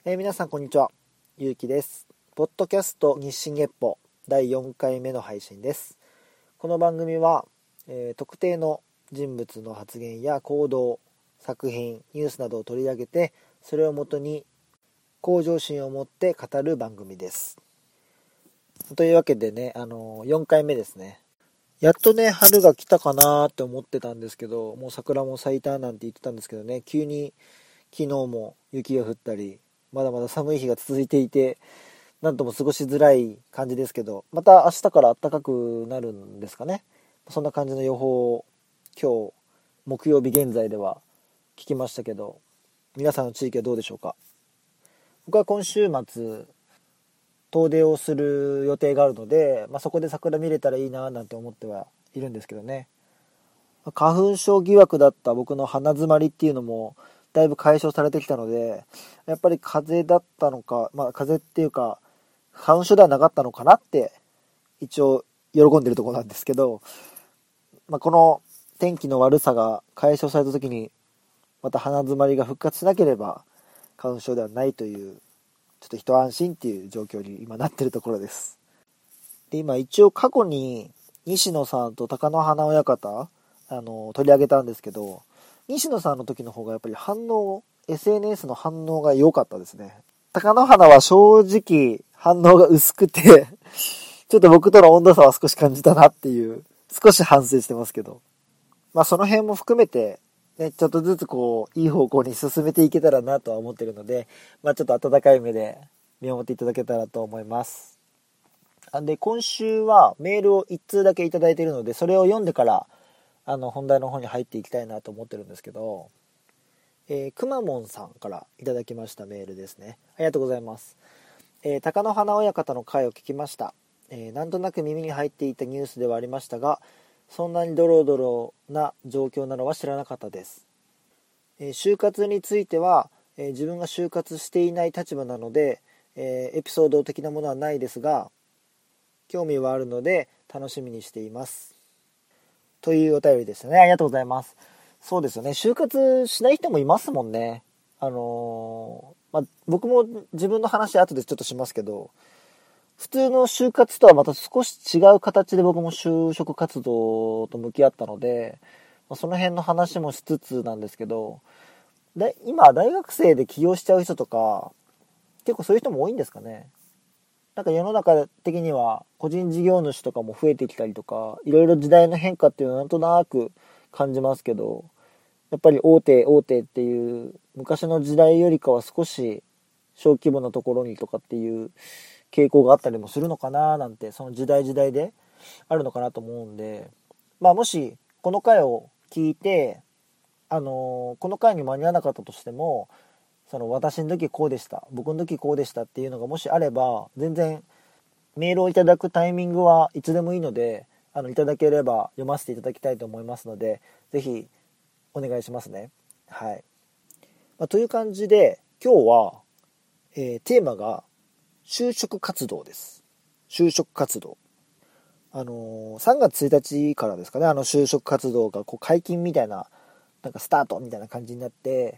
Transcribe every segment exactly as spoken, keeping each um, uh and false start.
えー、皆さんこんにちは、ゆうきです。ポッドキャスト日進月歩だいよんかいめの配信です。この番組は、えー、特定の人物の発言や行動、作品、ニュースなどを取り上げて、それをもとに向上心を持って語る番組です。というわけでね、あのー、よんかいめですね。やっとね、春が来たかなーって思ってたんですけど、もう桜も咲いたなんて言ってたんですけどね、急に昨日も雪が降ったり、まだまだ寒い日が続いていて、なんとも過ごしづらい感じですけど、また明日から暖かくなるんですかね。そんな感じの予報を今日木曜日現在では聞きましたけど、皆さんの地域はどうでしょうか。僕は今週末遠出をする予定があるので、まあ、そこで桜見れたらいいななんて思ってはいるんですけどね。花粉症疑惑だった僕の鼻づまりっていうのもだいぶ解消されてきたので、やっぱり風邪だったのか、まあ風邪っていうか花粉症ではなかったのかなって一応喜んでるところなんですけど、まあ、この天気の悪さが解消された時にまた鼻づまりが復活しなければ花粉症ではないという、ちょっと一安心っていう状況に今なってるところです。で、今一応過去に西野さんと貴乃花親方あの取り上げたんですけど、西野さんの時の方がやっぱり反応 エスエヌエス の反応が良かったですね。貴乃花は正直反応が薄くてちょっと僕との温度差は少し感じたなっていう、少し反省してますけど、まあその辺も含めてね、ちょっとずつこういい方向に進めていけたらなとは思ってるので、まあちょっと温かい目で見守っていただけたらと思います。で、今週はメールを一通だけいただいているので、それを読んでからあの本題の方に入っていきたいなと思ってるんですけど、えー、くまモンさんからいただきましたメールですね。ありがとうございます。えー、貴乃花親方の回を聞きました。えー、なんとなく耳に入っていたニュースではありましたが、そんなにドロドロな状況なのは知らなかったです。えー、就活については、えー、自分が就活していない立場なので、えー、エピソード的なものはないですが、興味はあるので楽しみにしています。というお便りでしたね。ありがとうございます。そうですよね。就活しない人もいますもんね。あのー、まあ、僕も自分の話後でちょっとしますけど、普通の就活とはまた少し違う形で僕も就職活動と向き合ったので、まあ、その辺の話もしつつなんですけど、で今大学生で起業しちゃう人とか、結構そういう人も多いんですかね。なんか世の中的には個人事業主とかも増えてきたりとか、いろいろ時代の変化っていうのはなんとなく感じますけど、やっぱり大手大手っていう昔の時代よりかは少し小規模なところにとかっていう傾向があったりもするのかななんて、その時代時代であるのかなと思うんで、まあもしこの回を聞いて、あのー、この回に間に合わなかったとしても、その私の時こうでした、僕の時こうでしたっていうのがもしあれば、全然メールをいただくタイミングはいつでもいいので、あのいただければ読ませていただきたいと思いますので、ぜひお願いしますね。はい。まあ、という感じで今日は、えー、テーマが就職活動です。就職活動。あのー、さんがつついたちからですかね、あの就職活動がこう解禁みたいな、なんかスタートみたいな感じになって、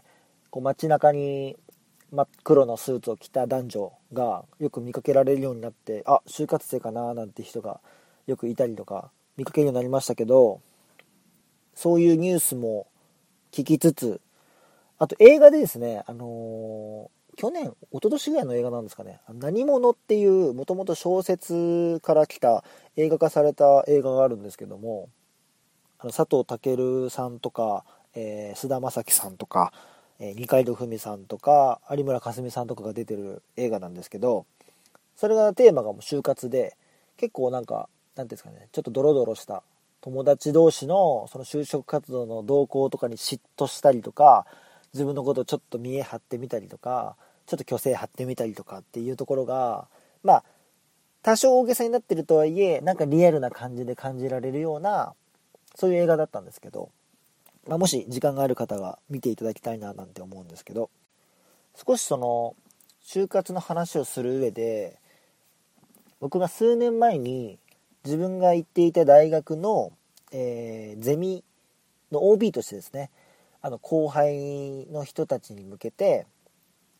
こう街中に真っ黒のスーツを着た男女がよく見かけられるようになって、あ、就活生かななんて人がよくいたりとか見かけるようになりましたけど、そういうニュースも聞きつつ、あと映画でですね、あのー、去年、一昨年ぐらいの映画なんですかね、何者っていうもともと小説から来た映画化された映画があるんですけども、あの佐藤健さんとか、えー、菅田将暉さんとか、えー、二階堂ふみさんとか有村架純さんとかが出てる映画なんですけど、それがテーマがもう就活で、結構なんかなんていうんですかね、ちょっとドロドロした友達同士のその就職活動の動向とかに嫉妬したりとか、自分のことをちょっと見え張ってみたりとか、ちょっと虚勢張ってみたりとかっていうところが、まあ多少大げさになってるとはいえ、なんかリアルな感じで感じられるような、そういう映画だったんですけど、まあ、もし時間がある方が見ていただきたいななんて思うんですけど、少しその就活の話をする上で、僕が数年前に自分が行っていた大学の、えー、ゼミの オービー としてですね、あの後輩の人たちに向けて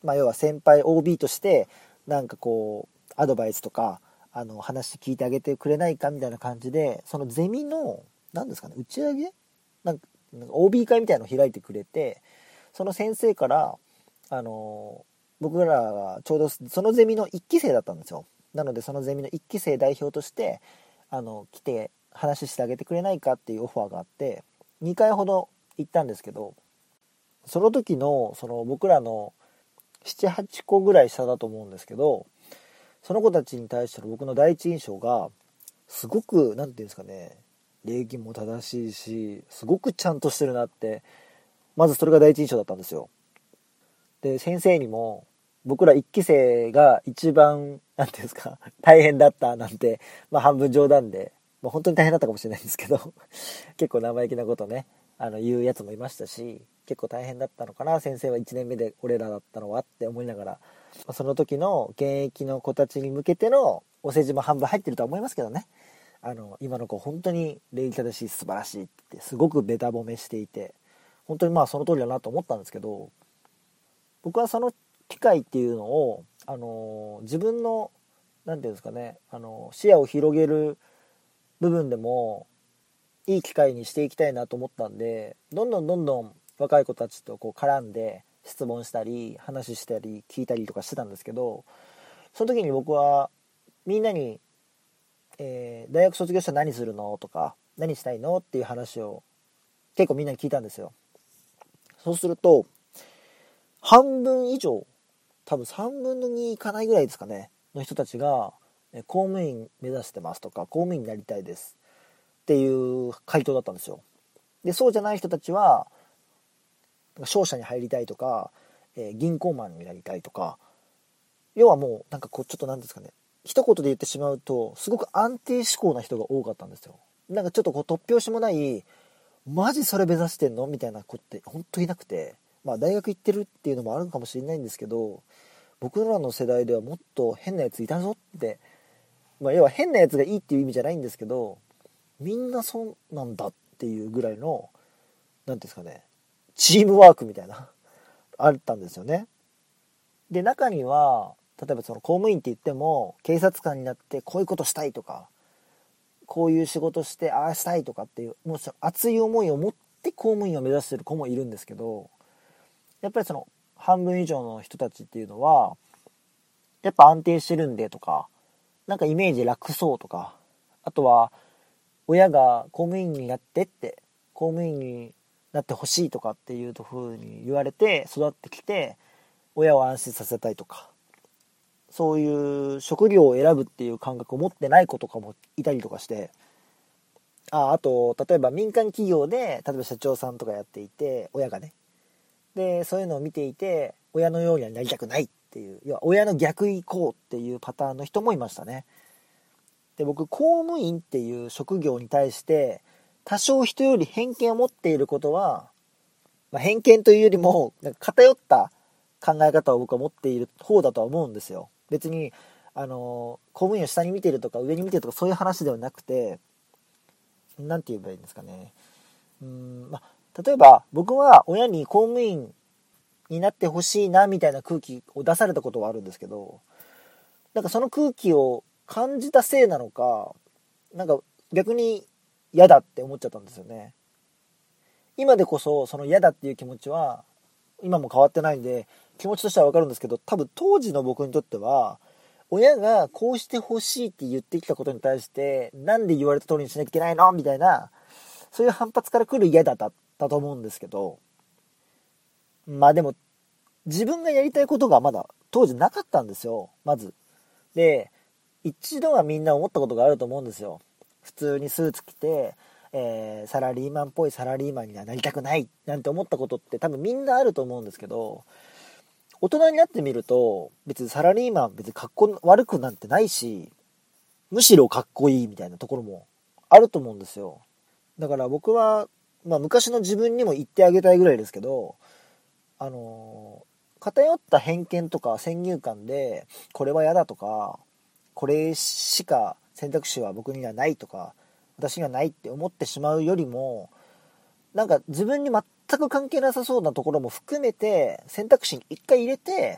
まあ、要は先輩 オービー としてなんかこうアドバイスとかあの話聞いてあげてくれないかみたいな感じで、そのゼミの何ですかね、打ち上げなんか オービー 会みたいなのを開いてくれて、その先生からあの僕らがちょうどそのゼミのいっき生だったんですよ。なのでそのゼミのいっき生代表としてあの来て話してあげてくれないかっていうオファーがあってにかいほど行ったんですけど、その時のその僕らのななはちこぐらい下だと思うんですけど、その子たちに対しての僕の第一印象がすごくなんていうんですかね、礼儀も正しいしすごくちゃんとしてるなって、まずそれが第一印象だったんですよ。で先生にも僕らいっき生が一番なんていうんですか大変だったなんて、まあ半分冗談で、まあ、本当に大変だったかもしれないんですけど結構生意気なことねあの言うやつもいましたし、結構大変だったのかな先生はいちねんめで俺らだったのはって思いながら、その時の現役の子たちに向けてのお世辞も半分入ってるとは思いますけどね、あの今の子本当に礼儀正しい素晴らしいってすごくベタ褒めしていて、本当にまあその通りだなと思ったんですけど、僕はその機会っていうのを、あの自分のなんていうんですかね、あの視野を広げる部分でもいい機会にしていきたいなと思ったんで、どんどんどんどん若い子たちとこう絡んで質問したり話したり聞いたりとかしてたんですけど、その時に僕はみんなに、えー大学卒業したら何するのとか何したいのっていう話を結構みんなに聞いたんですよ。そうすると半分以上、多分さんぶんのにいかないぐらいですかねの人たちが公務員目指してますとか公務員になりたいですっていう回答だったんですよ。でそうじゃない人たちは商社に入りたいとか、えー銀行マンになりたいとか、要はもうなんかこうちょっとなんですかね、一言で言ってしまうとすごく安定志向な人が多かったんですよ。なんかちょっとこう突拍子もないマジそれ目指してんのみたいな子って本当いなくて、まあ大学行ってるっていうのもあるかもしれないんですけど、僕らの世代ではもっと変なやついたぞって、まあ要は変なやつがいいっていう意味じゃないんですけど、みんなそうなんだっていうぐらいのなんていうんですかね、チームワークみたいなあったんですよね。で中には例えばその公務員って言っても警察官になってこういうことしたいとかこういう仕事してああしたいとかっていうもう熱い思いを持って公務員を目指してる子もいるんですけど、やっぱりその半分以上の人たちっていうのはやっぱ安定してるんでとか、なんかイメージ楽そうとか、あとは親が公務員になってって公務員になってほしいとかっていう風に言われて育ってきて親を安心させたいとか、そういう職業を選ぶっていう感覚を持ってない子とかもいたりとかして、ああと例えば民間企業で例えば社長さんとかやっていて親がね、でそういうのを見ていて親のようにはなりたくないっていう、要は親の逆行こうっていうパターンの人もいましたね。で僕公務員っていう職業に対して多少人より偏見を持っていることは、まあ、偏見というよりもなんか偏った考え方を僕は持っている方だとは思うんですよ。別にあの公務員を下に見てるとか上に見てるとかそういう話ではなくて、なんて言えばいいんですかね、うーん、まあ、例えば僕は親に公務員になってほしいなみたいな空気を出されたことはあるんですけど、なんかその空気を感じたせいなのか、なんか逆に嫌だって思っちゃったんですよね。今でこそその嫌だっていう気持ちは今も変わってないんで気持ちとしては分かるんですけど、多分当時の僕にとっては親がこうしてほしいって言ってきたことに対してなんで言われた通りにしなきゃいけないのみたいな、そういう反発から来る嫌だったと思うんですけど、まあでも自分がやりたいことがまだ当時なかったんですよ、まず。で一度はみんな思ったことがあると思うんですよ。普通にスーツ着て、えー、サラリーマンっぽいサラリーマンにはなりたくないなんて思ったことって多分みんなあると思うんですけど、大人になってみると別にサラリーマン別にかっこ悪くなんてないし、むしろかっこいいみたいなところもあると思うんですよ。だから僕は、まあ、昔の自分にも言ってあげたいぐらいですけど、あのー、偏った偏見とか先入観でこれは嫌だとかこれしか選択肢は僕にはないとか私にはないって思ってしまうよりも、なんか自分に全く関係なさそうなところも含めて選択肢に一回入れて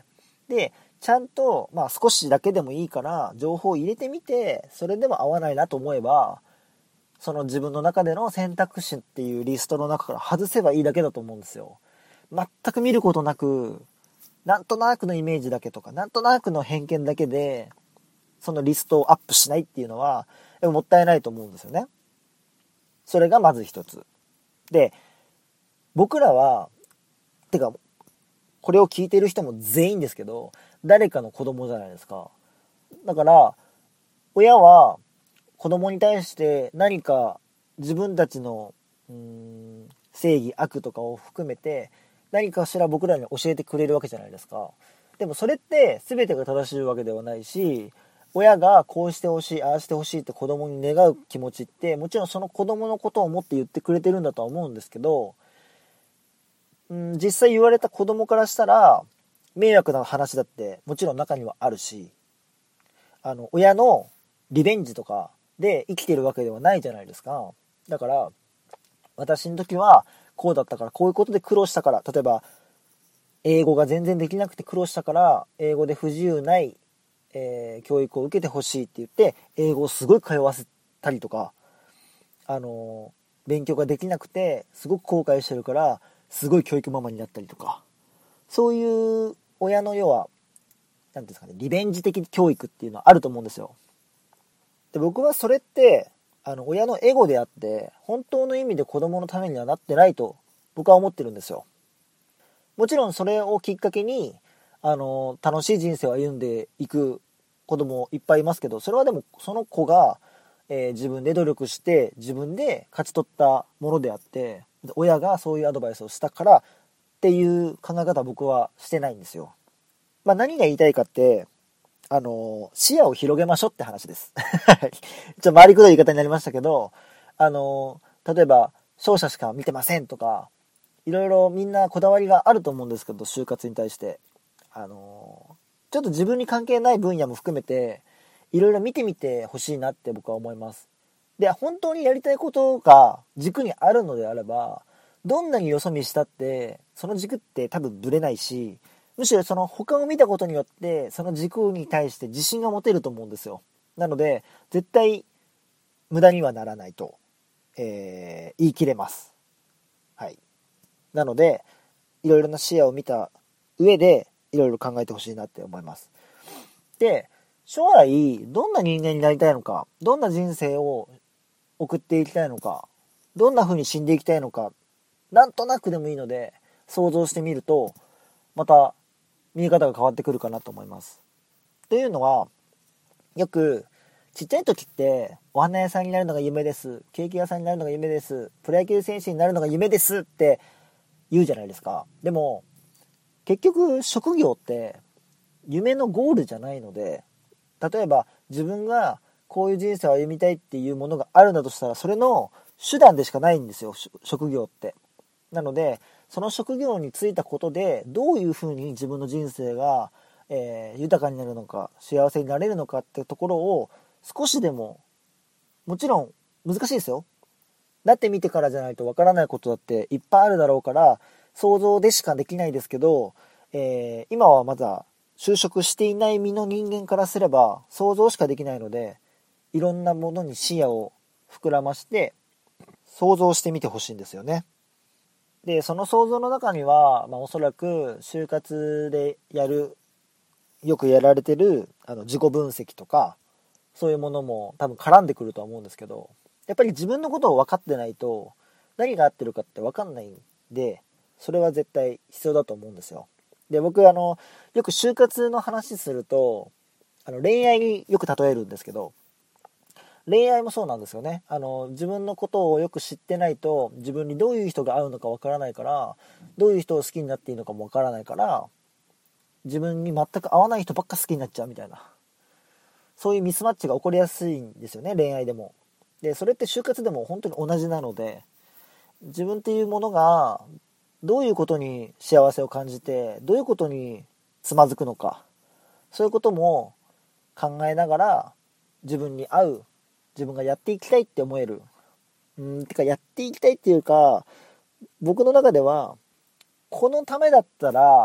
でちゃんと、まあ、少しだけでもいいから情報を入れてみて、それでも合わないなと思えば、その自分の中での選択肢っていうリストの中から外せばいいだけだと思うんですよ。全く見ることなく、なんとなくのイメージだけとか、なんとなくの偏見だけでそのリストをアップしないっていうのはもったいないと思うんですよね。それがまず一つで、僕らはてかこれを聞いてる人も全員ですけど、誰かの子供じゃないですか。だから親は子供に対して何か自分たちのうーん正義悪とかを含めて何かしら僕らに教えてくれるわけじゃないですか。でもそれって全てが正しいわけではないし、親がこうしてほしい、ああしてほしいって子供に願う気持ちってもちろんその子供のことを思って言ってくれてるんだとは思うんですけど、うん、実際言われた子供からしたら迷惑な話だってもちろん中にはあるし、あの親のリベンジとかで生きてるわけではないじゃないですか。だから私の時はこうだったから、こういうことで苦労したから、例えば英語が全然できなくて苦労したから英語で不自由ない、えー、教育を受けてほしいって言って英語をすごい通わせたりとか、あのー、勉強ができなくてすごく後悔してるからすごい教育ママになったりとか、そういう親の要はなんですかね、リベンジ的教育っていうのはあると思うんですよ。で、僕はそれってあの親のエゴであって本当の意味で子供のためにはなってないと僕は思ってるんですよ。もちろんそれをきっかけにあの楽しい人生を歩んでいく子供いっぱいいますけど、それはでもその子が、えー、自分で努力して自分で勝ち取ったものであって、親がそういうアドバイスをしたからっていう考え方は僕はしてないんですよ。まあ、何が言いたいかってあの視野を広げましょうって話です。ちょっと回りくどい言い方になりましたけど、あの例えば勝者しか見てませんとか、いろいろみんなこだわりがあると思うんですけど、就活に対してあのちょっと自分に関係ない分野も含めていろいろ見てみてほしいなって僕は思います。で、本当にやりたいことが軸にあるのであれば、どんなによそ見したってその軸って多分ぶれないし、むしろその他を見たことによってその軸に対して自信が持てると思うんですよ。なので絶対無駄にはならないと、えー、言い切れます。はい。なのでいろいろな視野を見た上でいろいろ考えてほしいなって思います。で、将来どんな人間になりたいのか、どんな人生を送っていきたいのか、どんな風に死んでいきたいのか、なんとなくでもいいので想像してみるとまた見え方が変わってくるかなと思います。というのは、よくちっちゃい時ってお花屋さんになるのが夢です、ケーキ屋さんになるのが夢です、プロ野球選手になるのが夢ですって言うじゃないですか。でも結局職業って夢のゴールじゃないので、例えば自分がこういう人生を歩みたいっていうものがあるんだとしたら、それの手段でしかないんですよ、職業って。なのでその職業に就いたことでどういうふうに自分の人生が、えー、豊かになるのか幸せになれるのかってところを少しでも、もちろん難しいですよ、なってみてからじゃないとわからないことだっていっぱいあるだろうから想像でしかできないですけど、えー、今はまだ就職していない身の人間からすれば想像しかできないので、いろんなものに視野を膨らまして想像してみてほしいんですよね。で、その想像の中には、まあ、おそらく就活でやる、よくやられてるあの自己分析とかそういうものも多分絡んでくるとは思うんですけど、やっぱり自分のことを分かってないと何が合ってるかって分かんないんで、それは絶対必要だと思うんですよ。で、僕あのよく就活の話するとあの恋愛によく例えるんですけど、恋愛もそうなんですよね。あの自分のことをよく知ってないと自分にどういう人が合うのかわからないから、どういう人を好きになっていいのかもわからないから、自分に全く合わない人ばっか好きになっちゃうみたいな、そういうミスマッチが起こりやすいんですよね、恋愛でも。で、それって就活でも本当に同じなので、自分っていうものがどういうことに幸せを感じてどういうことにつまずくのか、そういうことも考えながら自分に合う、自分がやっていきたいって思える、うんてかやっていきたいっていうか、僕の中ではこのためだったら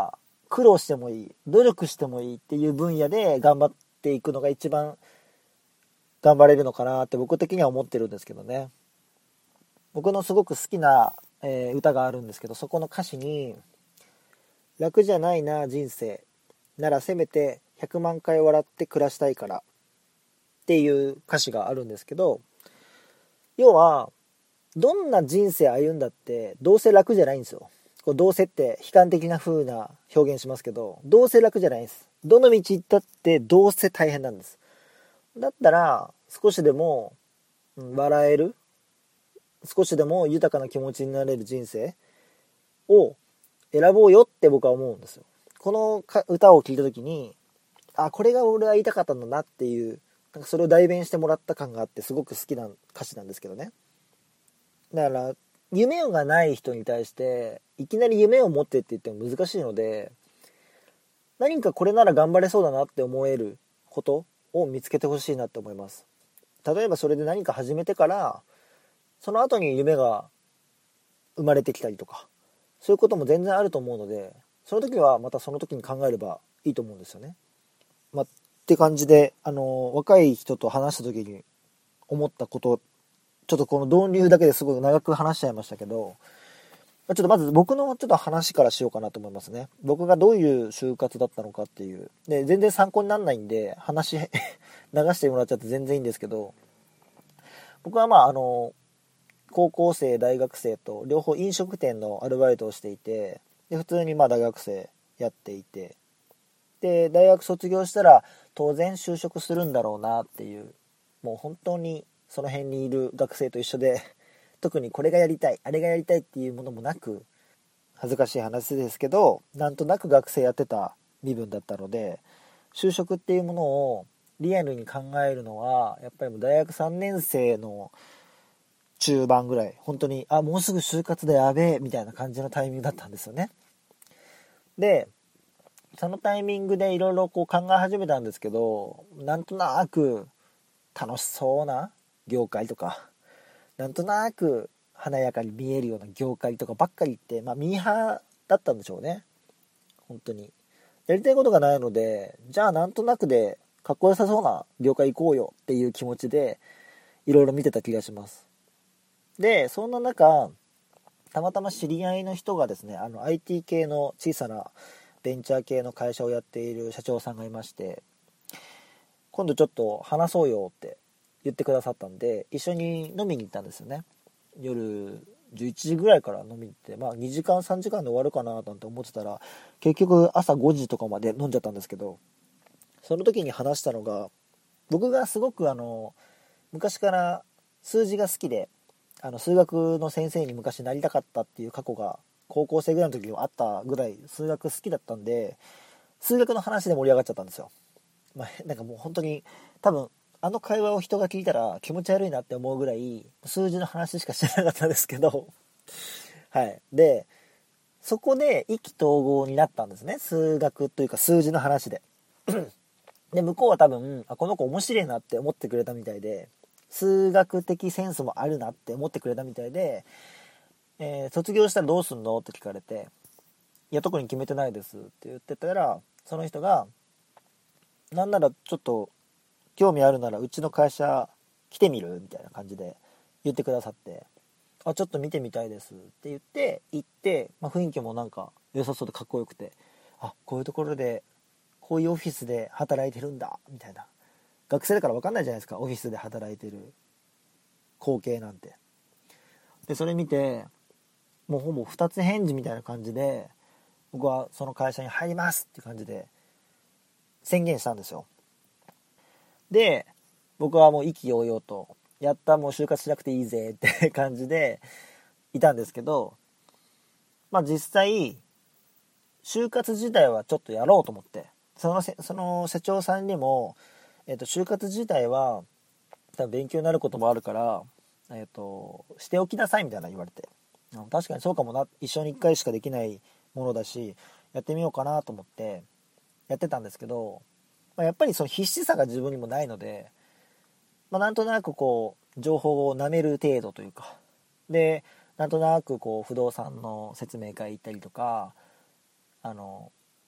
苦労してもいい、努力してもいいっていう分野で頑張っていくのが一番頑張れるのかなって僕的には思ってるんですけどね。僕のすごく好きな、えー歌があるんですけど、そこの歌詞に楽じゃないな人生ならせめてひゃくまん回笑って暮らしたいからっていう歌詞があるんですけど、要はどんな人生歩んだってどうせ楽じゃないんですよ。こうどうせって悲観的な風な表現しますけど、どうせ楽じゃないんです。どの道行ったってどうせ大変なんです。だったら少しでも笑える、少しでも豊かな気持ちになれる人生を選ぼうよって僕は思うんですよ。この歌を聴いた時に、あ、これが俺は言いたかったんだなっていう、なんかそれを代弁してもらった感があってすごく好きな歌詞なんですけどね。だから夢がない人に対していきなり夢を持ってって言っても難しいので、何かこれなら頑張れそうだなって思えることを見つけてほしいなって思います。例えばそれで何か始めてからその後に夢が生まれてきたりとか、そういうことも全然あると思うので、その時はまたその時に考えればいいと思うんですよね。まあ、って感じで、あの若い人と話した時に思ったこと、ちょっとこの導入だけですごく長く話しちゃいましたけど、ちょっとまず僕のちょっと話からしようかなと思いますね。僕がどういう就活だったのかっていう。で、全然参考にならないんで、話流してもらっちゃって全然いいんですけど、僕はまあ、あの、高校生、大学生と両方飲食店のアルバイトをしていて、で、普通にまあ大学生やっていて、で、大学卒業したら当然就職するんだろうなっていう、もう本当にその辺にいる学生と一緒で、特にこれがやりたい、あれがやりたいっていうものもなく、恥ずかしい話ですけど、なんとなく学生やってた身分だったので、就職っていうものをリアルに考えるのは、やっぱりもう大学さんねん生の中盤ぐらい、本当に、あ、もうすぐ就活だやべえ、みたいな感じのタイミングだったんですよね。で、そのタイミングでいろいろこう考え始めたんですけど、なんとなく楽しそうな業界とか、なんとなく華やかに見えるような業界とかばっかりって、まあミーハーだったんでしょうね。本当に。やりたいことがないので、じゃあなんとなくでかっこよさそうな業界行こうよっていう気持ちでいろいろ見てた気がします。で、そんな中、たまたま知り合いの人がですね、あの アイティー 系の小さなベンチャー系の会社をやっている社長さんがいまして、今度ちょっと話そうよって言ってくださったんで、一緒に飲みに行ったんですよね。夜じゅういちじぐらいから飲みに行って、まあにじかんさんじかんで終わるかななんて思ってたら、結局朝ごじとかまで飲んじゃったんですけど、その時に話したのが、僕がすごくあの昔から数字が好きで、あの数学の先生に昔なりたかったっていう過去が高校生ぐらいの時にあったぐらい数学好きだったんで、数学の話で盛り上がっちゃったんですよ。まあ、なんかもう本当に多分あの会話を人が聞いたら気持ち悪いなって思うぐらい数字の話しかしてなかったんですけどはい。で、そこで意気投合になったんですね。数学というか数字の話で。で、向こうは多分、あ、この子面白いなって思ってくれたみたいで、数学的センスもあるなって思ってくれたみたいで、えー卒業したらどうすんのって聞かれて、いや、特に決めてないですって言ってたら、その人が、なんならちょっと興味あるならうちの会社来てみるみたいな感じで言ってくださって、あ、ちょっと見てみたいですって言って行って、まあ、雰囲気もなんか良さそうでかっこよくて、あ、こういうところでこういうオフィスで働いてるんだみたいな、学生だから分かんないじゃないですか、オフィスで働いてる光景なんて。でそれ見て、もうほぼ二つ返事みたいな感じで、僕はその会社に入りますって感じで宣言したんですよ。で、僕はもう意気揚々と、やった、もう就活しなくていいぜって感じでいたんですけど、まあ実際就活自体はちょっとやろうと思って、そのせその社長さんにも、えっと就活自体は多分勉強になることもあるから、えっとしておきなさいみたいな言われて、確かにそうかもな、一生に一回しかできないものだしやってみようかなと思ってやってたんですけど、まあ、やっぱりその必死さが自分にもないので、まあ、なんとなくこう情報を舐める程度というかで、なんとなくこう不動産の説明会行ったりとか、あの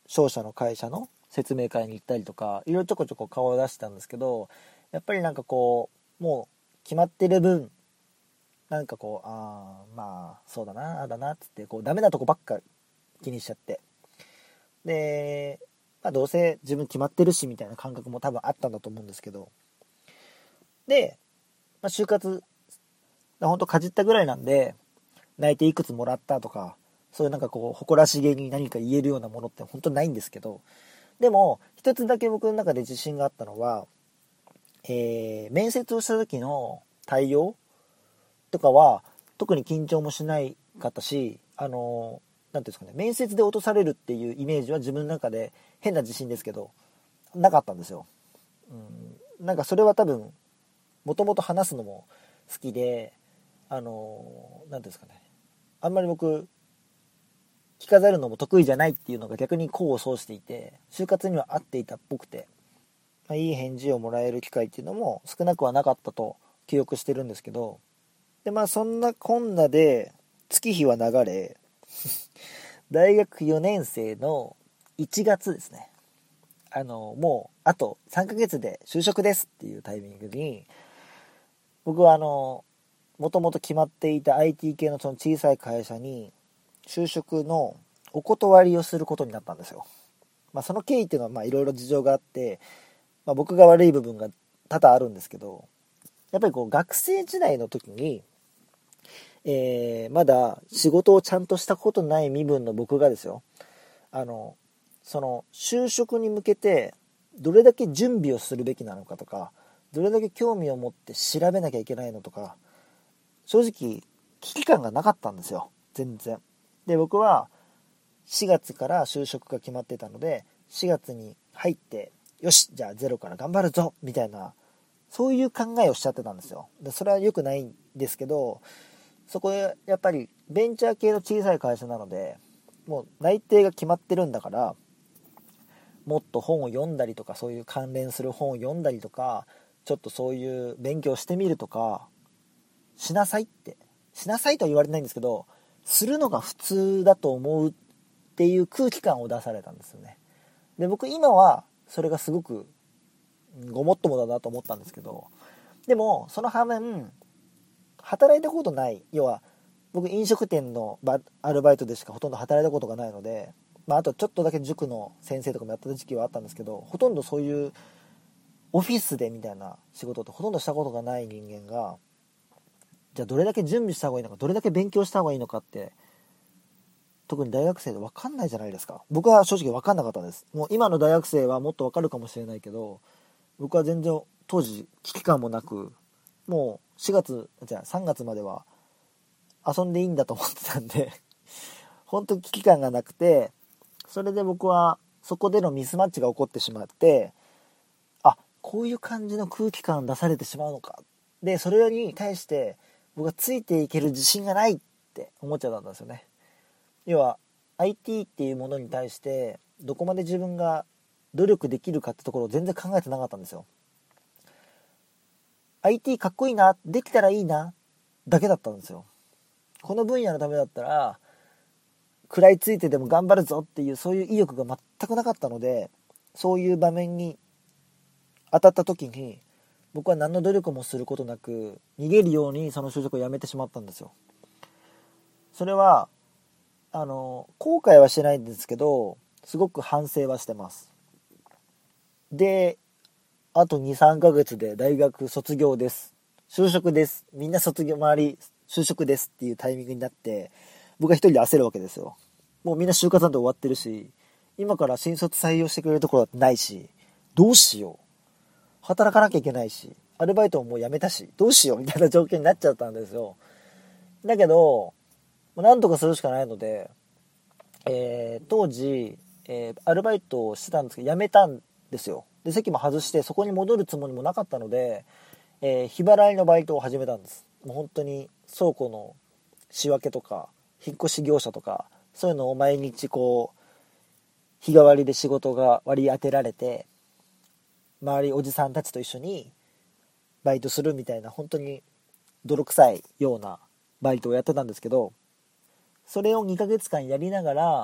商社の会社の説明会に行ったりとか、いろいろちょこちょこ顔を出してたんですけど、やっぱりなんかこうもう決まってる分、なんかこうああまあそうだなあだなっつってこうダメなとこばっか気にしちゃって、で、まあ、どうせ自分決まってるしみたいな感覚も多分あったんだと思うんですけど、で、まあ、就活ほんとかじったぐらいなんで、内定いくつもらったとか、そういうなんかこう誇らしげに何か言えるようなものって本当ないんですけど、でも一つだけ僕の中で自信があったのは、えー、面接をした時の対応とかは特に緊張もしないかったし、あのなんていうんですかね、面接で落とされるっていうイメージは自分の中で変な自信ですけどなかったんですよ。うん、なんかそれは多分もともと話すのも好きで、あのなんていうんですかね、あんまり僕着飾るのも得意じゃないっていうのが逆に功を奏していて、就活には合っていたっぽくて、まあ、いい返事をもらえる機会っていうのも少なくはなかったと記憶してるんですけど、でまあそんなこんなで月日は流れ大学よねん生のいちがつですね、あのもうあとさんかげつで就職ですっていうタイミングに、僕はあのもともと決まっていた アイティー 系のその小さい会社に就職のお断りをすることになったんですよ。まあ、その経緯っていうのはまあいろいろ事情があって、まあ、僕が悪い部分が多々あるんですけど、やっぱりこう学生時代の時に、えー、まだ仕事をちゃんとしたことない身分の僕がですよ、あのその就職に向けてどれだけ準備をするべきなのかとか、どれだけ興味を持って調べなきゃいけないのとか、正直危機感がなかったんですよ、全然。で僕はしがつから就職が決まってたので、しがつに入ってよしじゃあゼロから頑張るぞみたいな、そういう考えをしちゃってたんですよ。でそれは良くないんですけど、そこでやっぱりベンチャー系の小さい会社なので、もう内定が決まってるんだから、もっと本を読んだりとか、そういう関連する本を読んだりとか、ちょっとそういう勉強してみるとかしなさいってしなさいとは言われてないんですけど、するのが普通だと思うっていう空気感を出されたんですよね。で僕今はそれがすごくごもっともだなと思ったんですけど、でもその反面働いたことない、要は僕飲食店のアルバイトでしかほとんど働いたことがないので、まあ、あとちょっとだけ塾の先生とかもやった時期はあったんですけど、ほとんどそういうオフィスでみたいな仕事ってほとんどしたことがない人間が、じゃあどれだけ準備した方がいいのか、どれだけ勉強した方がいいのかって、特に大学生で分かんないじゃないですか。僕は正直分かんなかったです。もう今の大学生はもっと分かるかもしれないけど、僕は全然当時危機感もなく、もうしがつじゃあさんがつまでは遊んでいいんだと思ってたんで本当に危機感がなくて、それで僕はそこでのミスマッチが起こってしまって、あ、こういう感じの空気感出されてしまうのか、でそれに対して僕はついていける自信がないって思っちゃったんですよね。要は アイティー っていうものに対してどこまで自分が努力できるかってところを全然考えてなかったんですよ。 アイティー かっこいいな、できたらいいなだけだったんですよ。この分野のためだったら食らいついてでも頑張るぞっていう、そういう意欲が全くなかったので、そういう場面に当たった時に僕は何の努力もすることなく逃げるようにその就職を辞めてしまったんですよ。それはあの後悔はしてないんですけど、すごく反省はしてます。であと にさんかげつで大学卒業です、就職です、みんな卒業周り就職ですっていうタイミングになって、僕は一人で焦るわけですよ。もうみんな就活なんて終わってるし、今から新卒採用してくれるところだってないし、どうしよう、働かなきゃいけないし、アルバイトももう辞めたし、どうしようみたいな状況になっちゃったんですよ。だけどなんとかするしかないので、えー、当時、えー、アルバイトをしてたんですけど辞めたんですよ。で席も外してそこに戻るつもりもなかったので、えー、日払いのバイトを始めたんです。もう本当に倉庫の仕分けとか引っ越し業者とかそういうのを毎日こう日替わりで仕事が割り当てられて、周りおじさんたちと一緒にバイトするみたいな、本当に泥臭いようなバイトをやってたんですけど、それをにかげつかんやりながら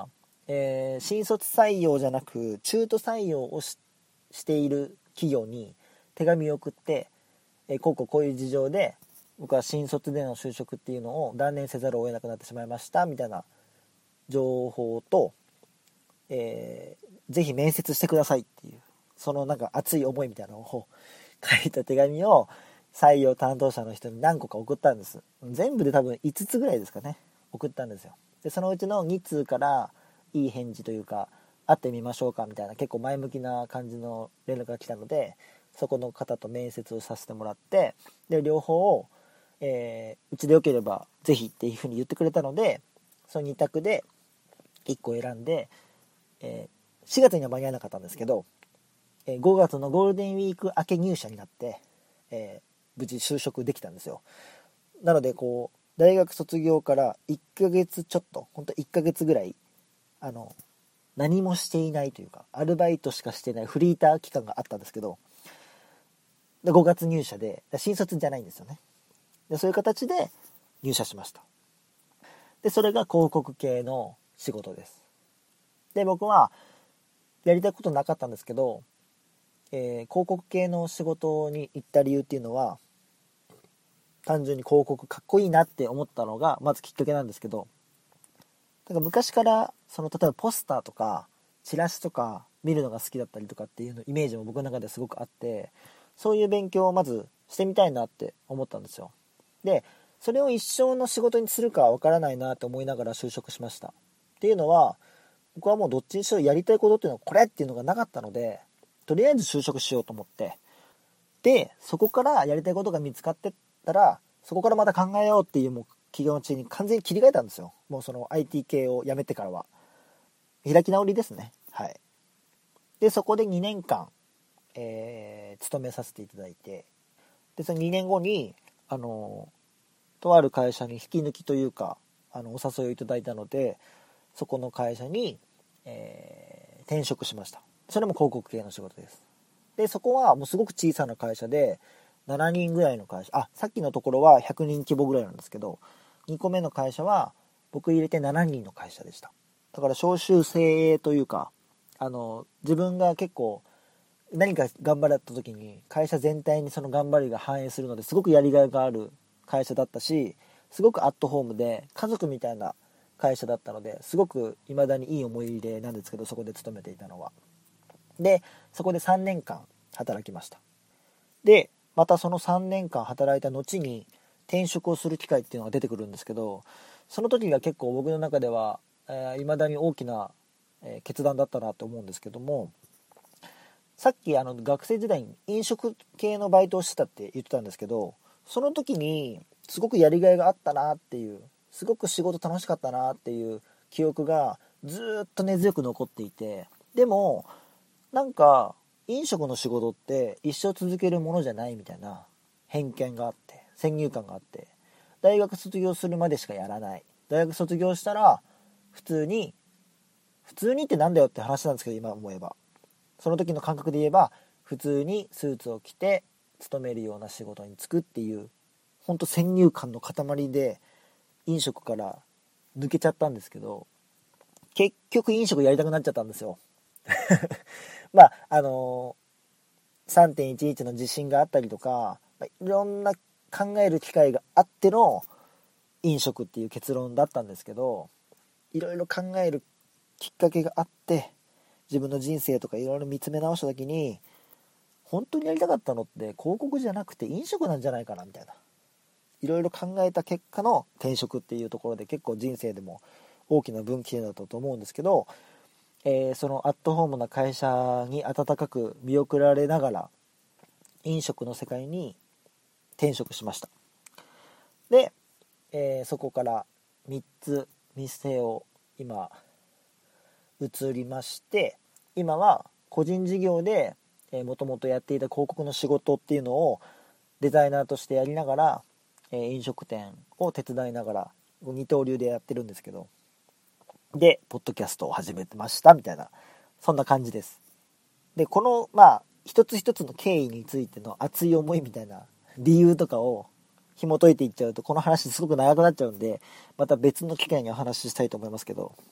えー、新卒採用じゃなく中途採用を し, している企業に手紙を送って、えー、こうこうこういう事情で僕は新卒での就職っていうのを断念せざるを得なくなってしまいましたみたいな情報と、えー、ぜひ面接してくださいっていうそのなんか熱い思いみたいなのを書いた手紙を採用担当者の人に何個か送ったんです。全部で多分いつつぐらいですかね、送ったんですよ。でそのうちのに通からいい返事というか会ってみましょうかみたいな結構前向きな感じの連絡が来たので、そこの方と面接をさせてもらって、で両方を、えー、うちでよければぜひっていう風に言ってくれたので、そのに択でいっこ選んで、えー、しがつには間に合わなかったんですけど、えー、ごがつのゴールデンウィーク明け入社になって、えー無事就職できたんですよ。なのでこう大学卒業からいっかげつちょっと、ほんといっかげつぐらいあの何もしていないというかアルバイトしかしてないフリーター期間があったんですけど、でごがつ入社で新卒じゃないんですよね。でそういう形で入社しました。でそれが広告系の仕事です。で僕はやりたいことなかったんですけど、えー、広告系の仕事に行った理由っていうのは単純に広告かっこいいなって思ったのがまずきっかけなんですけど、だから昔からその例えばポスターとかチラシとか見るのが好きだったりとかっていうのイメージも僕の中ですごくあって、そういう勉強をまずしてみたいなって思ったんですよ。でそれを一生の仕事にするかわからないなって思いながら就職しました。っていうのは僕はもうどっちにしろやりたいことっていうのはこれっていうのがなかったので、とりあえず就職しようと思って、でそこからやりたいことが見つかってったらそこからまた考えようっていうもう企業の地に完全に切り替えたんですよ。もうその アイティー 系を辞めてからは開き直りですね。はい。でそこでにねんかん、えー、勤めさせていただいて、でそのにねんごにあのとある会社に引き抜きというかあのお誘いをいただいたので、そこの会社に、えー、転職しました。それも広告系の仕事です。でそこはもうすごく小さな会社でしちにんぐらいの会社、あさっきのところはひゃくにん規模ぐらいなんですけど、にこめの会社は僕入れてしちにんの会社でした。だから招集精鋭というか、あの自分が結構何か頑張った時に会社全体にその頑張りが反映するのですごくやりがいがある会社だったし、すごくアットホームで家族みたいな会社だったので、すごく未だにいい思い出なんですけど、そこで勤めていたのは。でそこでさんねんかん働きました。でまたそのさんねんかん働いた後に転職をする機会っていうのが出てくるんですけど、その時が結構僕の中では、えー、未だに大きな、えー、決断だったなと思うんですけども、さっきあの学生時代に飲食系のバイトをしてたって言ってたんですけど、その時にすごくやりがいがあったなっていう、すごく仕事楽しかったなっていう記憶がずっと根強く残っていて、でもなんか飲食の仕事って一生続けるものじゃないみたいな偏見があって、先入観があって、大学卒業するまでしかやらない、大学卒業したら普通に普通にってなんだよって話なんですけど、今思えばその時の感覚で言えば普通にスーツを着て勤めるような仕事に就くっていう、ほんと先入観の塊で飲食から抜けちゃったんですけど、結局飲食やりたくなっちゃったんですよまああのー、さんてんいちいち の地震があったりとか、まあ、いろんな考える機会があっての飲食っていう結論だったんですけど、いろいろ考えるきっかけがあって自分の人生とかいろいろ見つめ直した時に、本当にやりたかったのって広告じゃなくて飲食なんじゃないかなみたいな、いろいろ考えた結果の転職っていうところで結構人生でも大きな分岐点だったと思うんですけど、えー、そのアットホームな会社に温かく見送られながら飲食の世界に転職しました。で、えー、そこからみっつ店を今移りまして、今は個人事業でもともとやっていた広告の仕事っていうのをデザイナーとしてやりながら、えー、飲食店を手伝いながら二刀流でやってるんですけど、でポッドキャストを始めてましたみたいな、そんな感じです。でこのまあ一つ一つの経緯についての熱い思いみたいな理由とかを紐解いていっちゃうとこの話すごく長くなっちゃうんで、また別の機会にお話ししたいと思いますけど、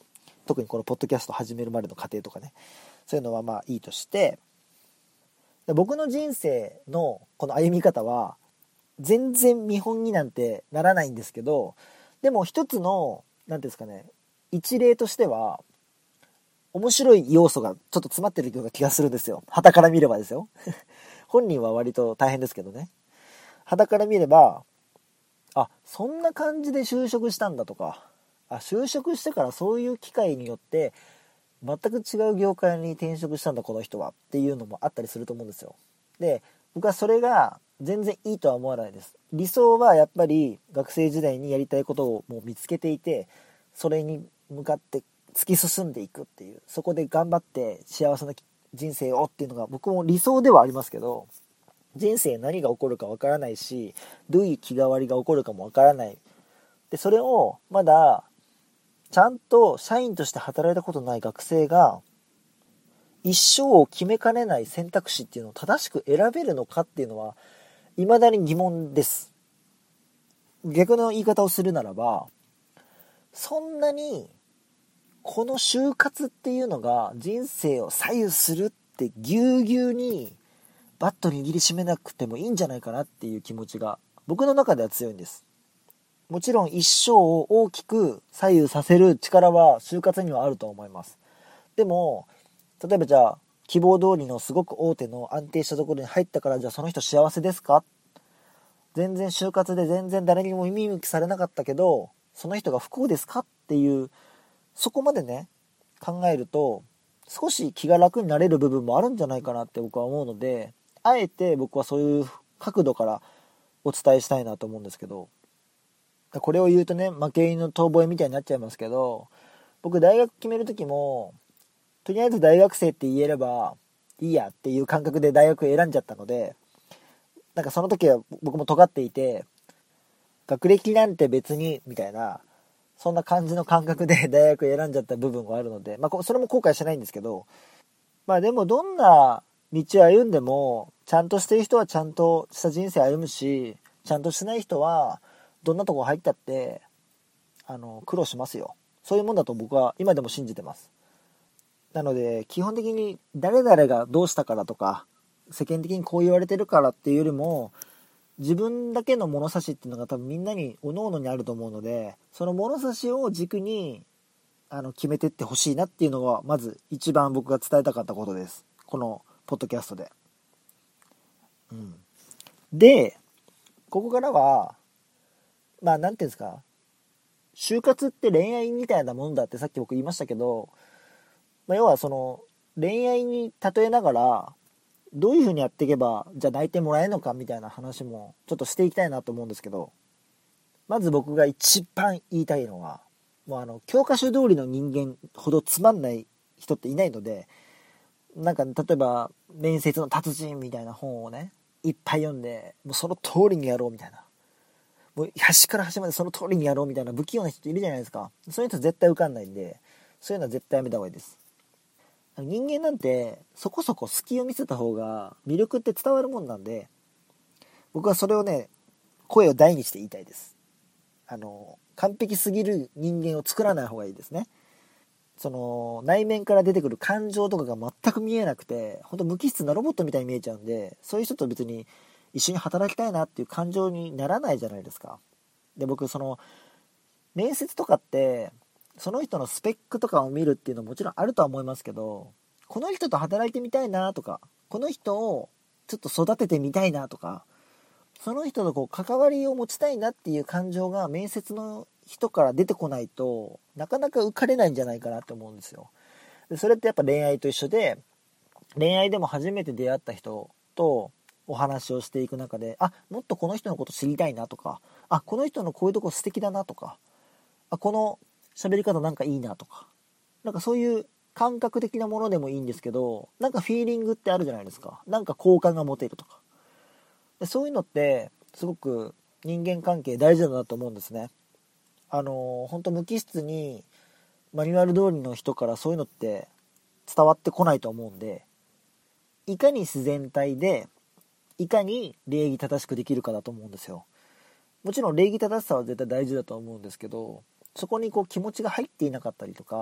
特にこのポッドキャスト始めるまでの過程とかね、そういうのはまあいいとして、で僕の人生のこの歩み方は全然見本になんてならないんですけど、でも一つの何ていうんですかね、一例としては面白い要素がちょっと詰まってるような気がするんですよ。傍から見ればですよ本人は割と大変ですけどね。傍から見れば、あ、そんな感じで就職したんだとか、あ、就職してからそういう機会によって全く違う業界に転職したんだこの人はっていうのもあったりすると思うんですよ。で、僕はそれが全然いいとは思わないです。理想はやっぱり学生時代にやりたいことをもう見つけていて、それに向かって突き進んでいくっていう、そこで頑張って幸せな人生をっていうのが僕も理想ではありますけど、人生何が起こるかわからないし、どういう気変わりが起こるかもわからない。で、それをまだちゃんと社員として働いたことない学生が一生を決めかねない選択肢っていうのを正しく選べるのかっていうのは未だに疑問です。逆の言い方をするならば、そんなにこの就活っていうのが人生を左右するってぎゅうぎゅうにバット握りしめなくてもいいんじゃないかなっていう気持ちが僕の中では強いんです。もちろん一生を大きく左右させる力は就活にはあると思います。でも例えばじゃあ希望通りのすごく大手の安定したところに入ったから、じゃあその人幸せですか？全然就活で全然誰にも耳向きされなかったけどその人が不幸ですかっていう、そこまでね考えると少し気が楽になれる部分もあるんじゃないかなって僕は思うので、あえて僕はそういう角度からお伝えしたいなと思うんですけど、これを言うとね負け犬の遠吠えみたいになっちゃいますけど、僕大学決める時もとりあえず大学生って言えればいいやっていう感覚で大学選んじゃったので、なんかその時は僕も尖っていて、学歴なんて別にみたいなそんな感じの感覚で大学選んじゃった部分があるので、まあそれも後悔してないんですけど、まあでもどんな道を歩んでもちゃんとしてる人はちゃんとした人生歩むし、ちゃんとしてない人はどんなとこ入ったってあの苦労しますよ。そういうもんだと僕は今でも信じてます。なので基本的に誰々がどうしたからとか世間的にこう言われてるからっていうよりも、自分だけの物差しっていうのが多分みんなに各々にあると思うので、その物差しを軸にあの決めてってほしいなっていうのがまず一番僕が伝えたかったことです、このポッドキャストで。うん、でここからはまあなんていうんですか、就活って恋愛みたいなもんだってさっき僕言いましたけど、まあ、要はその恋愛に例えながらどういう風にやっていけばじゃあ泣いてもらえるのかみたいな話もちょっとしていきたいなと思うんですけど、まず僕が一番言いたいのは、もうあの教科書通りの人間ほどつまんない人っていないので、なんか例えば面接の達人みたいな本をねいっぱい読んで、もうその通りにやろうみたいな、もう端から端までその通りにやろうみたいな不器用な人いるじゃないですか。そういう人絶対受かんないんで、そういうのは絶対やめた方がいいです。人間なんてそこそこ隙を見せた方が魅力って伝わるもんなんで、僕はそれをね声を大にして言いたいです。あの完璧すぎる人間を作らない方がいいですね。その内面から出てくる感情とかが全く見えなくて、本当無機質なロボットみたいに見えちゃうんで、そういう人と別に一緒に働きたいなっていう感情にならないじゃないですか。で僕その面接とかってその人のスペックとかを見るっていうのももちろんあるとは思いますけど、この人と働いてみたいなとか、この人をちょっと育ててみたいなとか、その人とこう関わりを持ちたいなっていう感情が面接の人から出てこないとなかなか受かれないんじゃないかなって思うんですよ。でそれってやっぱ恋愛と一緒で、恋愛でも初めて出会った人とお話をしていく中で、あ、もっとこの人のこと知りたいなとか、あ、この人のこういうとこ素敵だなとか、あ、この喋り方なんかいいなとか、なんかそういう感覚的なものでもいいんですけど、なんかフィーリングってあるじゃないですか。なんか好感が持てるとか。でそういうのってすごく人間関係大事だなと思うんですね。あの本当無機質にマニュアル通りの人からそういうのって伝わってこないと思うんで、いかに自然体でいかに礼儀正しくできるかだと思うんですよ。もちろん礼儀正しさは絶対大事だと思うんですけど、そこにこう気持ちが入っていなかったりとか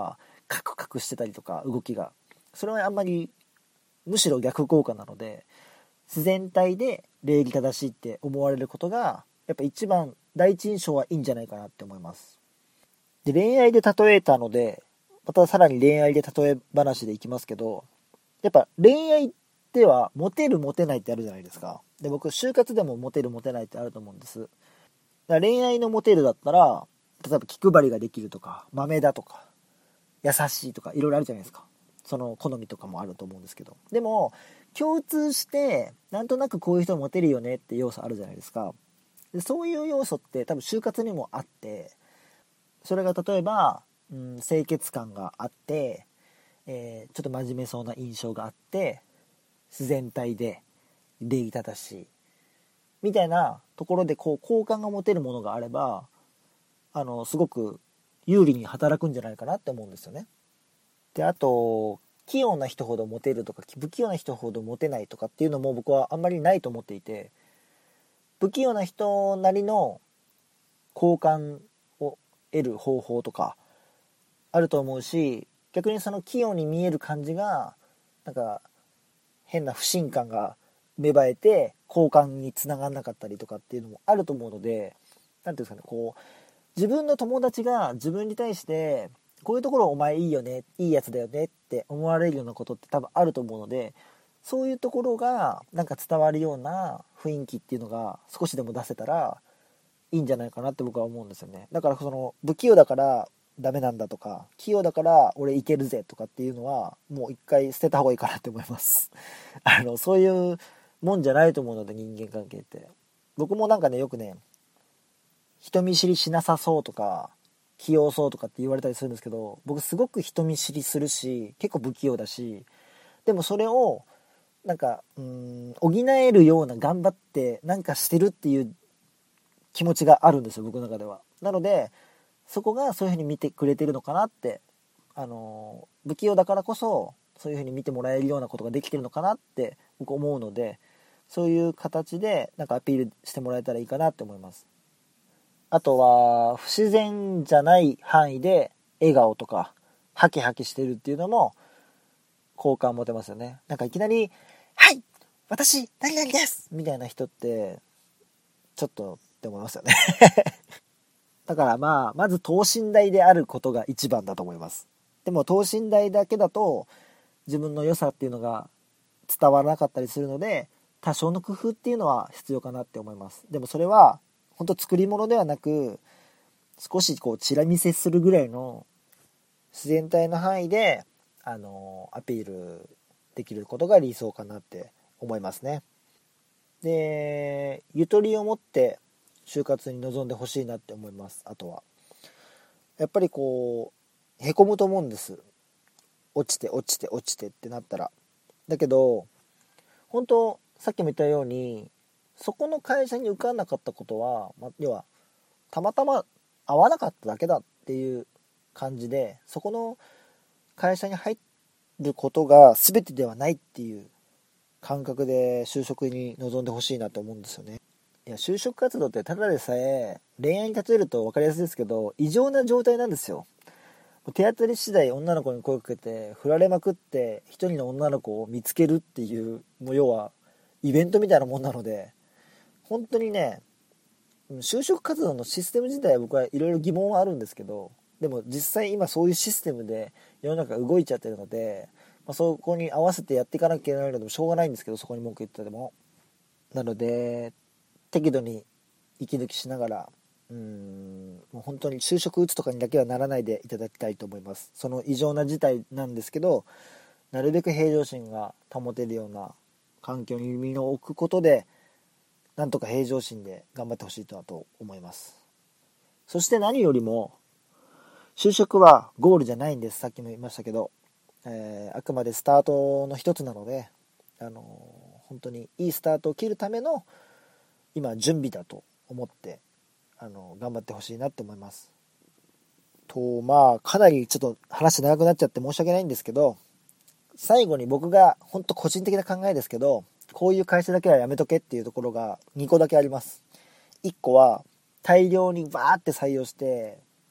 カクカクしてたりとか動きが、それはあんまりむしろ逆効果なので、自然体で礼儀正しいって思われることがやっぱ一番第一印象はいいんじゃないかなって思います。で、恋愛で例えたのでまたさらに恋愛で例え話でいきますけど、やっぱ恋愛ではモテるモテないってあるじゃないですか。で、僕就活でもモテるモテないってあると思うんです。だから恋愛のモテるだったら、例えば気配りができるとか、豆だとか、優しいとかいろいろあるじゃないですか。その好みとかもあると思うんですけど、でも共通してなんとなくこういう人モテるよねって要素あるじゃないですか。で、そういう要素って多分就活にもあって、それが例えば、うん、清潔感があって、えー、ちょっと真面目そうな印象があって、自然体で礼儀正しいみたいなところでこう好感が持てるものがあれば、あのすごく有利に働くんじゃないかなって思うんですよね。で、あと器用な人ほどモテるとか不器用な人ほどモテないとかっていうのも僕はあんまりないと思っていて、不器用な人なりの好感を得る方法とかあると思うし、逆にその器用に見える感じがなんか変な不信感が芽生えて好感につながらなかったりとかっていうのもあると思うので、なんていうんですかね、こう自分の友達が自分に対してこういうところお前いいよね、いいやつだよねって思われるようなことって多分あると思うので、そういうところがなんか伝わるような雰囲気っていうのが少しでも出せたらいいんじゃないかなって僕は思うんですよね。だからその不器用だからダメなんだとか、器用だから俺いけるぜとかっていうのはもう一回捨てた方がいいかなって思いますあのそういうもんじゃないと思うので、人間関係って僕もなんかね、よくね、人見知りしなさそうとか器用そうとかって言われたりするんですけど、僕すごく人見知りするし結構不器用だし、でもそれをなんかうーん補えるような頑張ってなんかしてるっていう気持ちがあるんですよ、僕の中では。なのでそこがそういう風に見てくれてるのかなって、あの不器用だからこそそういう風に見てもらえるようなことができてるのかなって僕思うので、そういう形でなんかアピールしてもらえたらいいかなって思います。あとは不自然じゃない範囲で笑顔とかハキハキしてるっていうのも好感持てますよね。なんかいきなりはい私何々ですみたいな人ってちょっとって思いますよねだからまあまず等身大であることが一番だと思います。でも等身大だけだと自分の良さっていうのが伝わらなかったりするので、多少の工夫っていうのは必要かなって思います。でもそれは本当作り物ではなく、少しこうチラ見せするぐらいの自然体の範囲であのアピールできることが理想かなって思いますね。で、ゆとりを持って就活に臨んでほしいなって思います。あとはやっぱりこうへこむと思うんです。落ちて落ちて落ちてってなったら。だけど本当さっきも言ったように、そこの会社に受かんなかったことは、ま、要はたまたま合わなかっただけだっていう感じで、そこの会社に入ることが全てではないっていう感覚で就職に臨んでほしいなと思うんですよね。いや、就職活動ってただでさえ恋愛に例えると分かりやすいですけど異常な状態なんですよ。手当たり次第女の子に声かけて振られまくって一人の女の子を見つけるっていう、もう要はイベントみたいなもんなので、本当にね、就職活動のシステム自体は僕はいろいろ疑問はあるんですけど、でも実際今そういうシステムで世の中動いちゃってるので、まあ、そこに合わせてやっていかなきゃいけないのでもしょうがないんですけど、そこに文句言ってても。なので適度に息抜きしながら、うーんもう本当に就職打つとかにだけはならないでいただきたいと思います。その異常な事態なんですけど、なるべく平常心が保てるような環境に身を置くことで、なんとか平常心で頑張ってほしいと思います。そして何よりも就職はゴールじゃないんです。さっきも言いましたけど、えー、あくまでスタートの一つなので、あのー、本当にいいスタートを切るための今準備だと思ってあの頑張ってほしいなって思います。とまあかなりちょっと話長くなっちゃって申し訳ないんですけど、最後に僕が本当個人的な考えですけど、こういう会社だけはやめとけっていうところがにこだけあります。いっこは大量にバーって採用して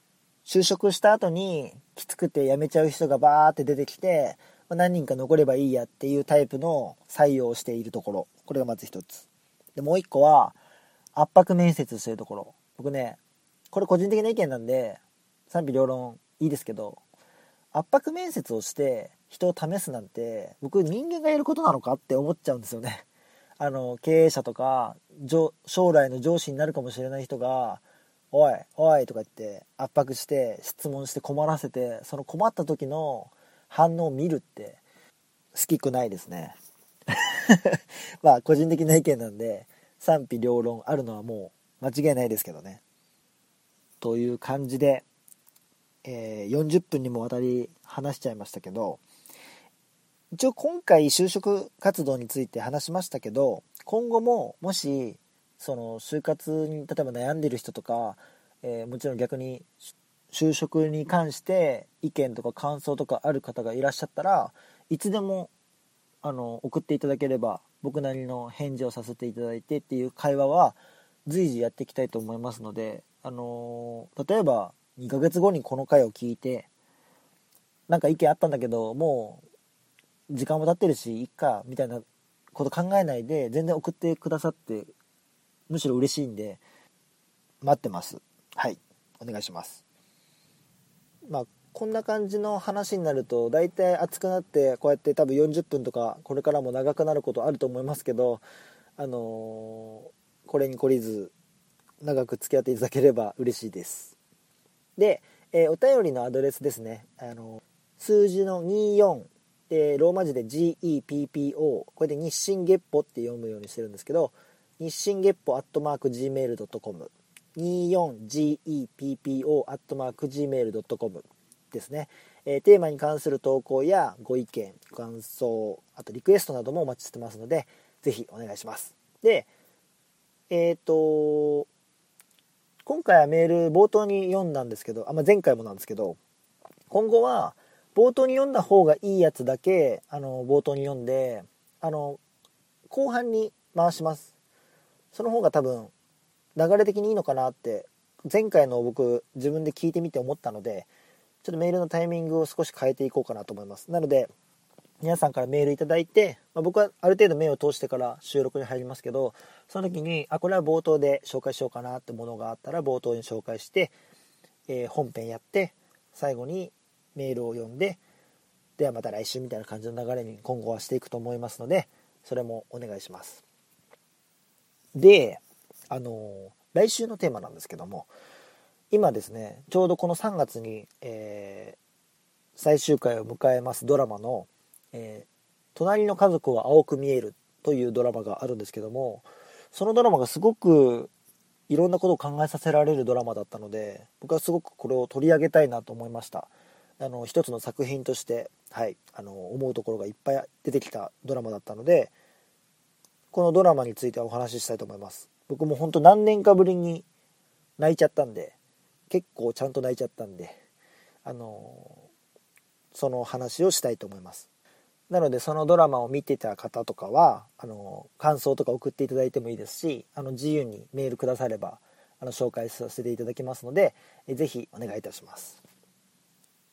就職した後にきつくて辞めちゃう人がバーって出てきて、何人か残ればいいやっていうタイプの採用をしているところ、これがまず一つで、もう一個は圧迫面接してるところ。僕ね、これ個人的な意見なんで賛否両論いいですけど、圧迫面接をして人を試すなんて僕人間がやることなのかって思っちゃうんですよね。あの経営者とか将来の上司になるかもしれない人がおいおいとか言って圧迫して質問して困らせて、その困った時の反応を見るって好きくないですね。まあ個人的な意見なんで賛否両論あるのはもう間違いないですけどね。という感じで、えー、よんじゅっぷんにもわたり話しちゃいましたけど、一応今回就職活動について話しましたけど、今後ももしその就活に例えば悩んでる人とか、えー、もちろん逆に就職に関して意見とか感想とかある方がいらっしゃったら、いつでもあの送っていただければ僕なりの返事をさせていただいてっていう会話は随時やっていきたいと思いますので、あのー、例えばにかげつごにこの回を聞いてなんか意見あったんだけどもう時間も経ってるしいっかみたいなこと考えないで全然送ってくださってむしろ嬉しいんで待ってます。はい、お願いします。まあこんな感じの話になるとだいたい熱くなってこうやって多分よんじゅっぷんとかこれからも長くなることあると思いますけど、あのー、これに懲りず長く付き合っていただければ嬉しいです。で、えー、お便りのアドレスですね、あのー、数字のにじゅうよんでローマ字で ジーイーピーピーオー、 これで日進月歩って読むようにしてるんですけど、日進月歩アットマーク ジーメールドットコム にじゅうよんジーイーピーピーオー アットマーク ジーメールドットコムですね。えー、テーマに関する投稿やご意見感想、あとリクエストなどもお待ちしてますのでぜひお願いします。でえっ、ー、と今回はメール冒頭に読んだんですけど、あ、まあ、前回もなんですけど、今後は冒頭に読んだ方がいいやつだけあの冒頭に読んで、あの後半に回します。その方が多分流れ的にいいのかなって前回の僕自分で聞いてみて思ったので、ちょっとメールのタイミングを少し変えていこうかなと思います。なので皆さんからメールいただいて、まあ、僕はある程度目を通してから収録に入りますけど、その時にあこれは冒頭で紹介しようかなってものがあったら冒頭に紹介して、えー、本編やって最後にメールを読んで、ではまた来週みたいな感じの流れに今後はしていくと思いますので、それもお願いします。で、あのー、来週のテーマなんですけども、今ですねちょうどこのさんがつに、えー、最終回を迎えますドラマのえー、隣の家族は青く見えるというドラマがあるんですけども、そのドラマがすごくいろんなことを考えさせられるドラマだったので、僕はすごくこれを取り上げたいなと思いました。あの一つの作品として、はい、あの思うところがいっぱい出てきたドラマだったので、このドラマについてはお話ししたいと思います。僕も本当何年かぶりに泣いちゃったんで、結構ちゃんと泣いちゃったんで、あのその話をしたいと思います。なのでそのドラマを見てた方とかはあの感想とか送っていただいてもいいですし、あの自由にメールくださればあの紹介させていただきますので、えぜひお願いいたします。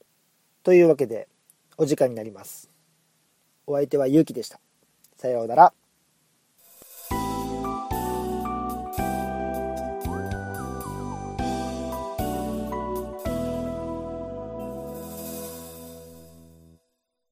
というわけでお時間になります。お相手はゆうきでした。さようなら。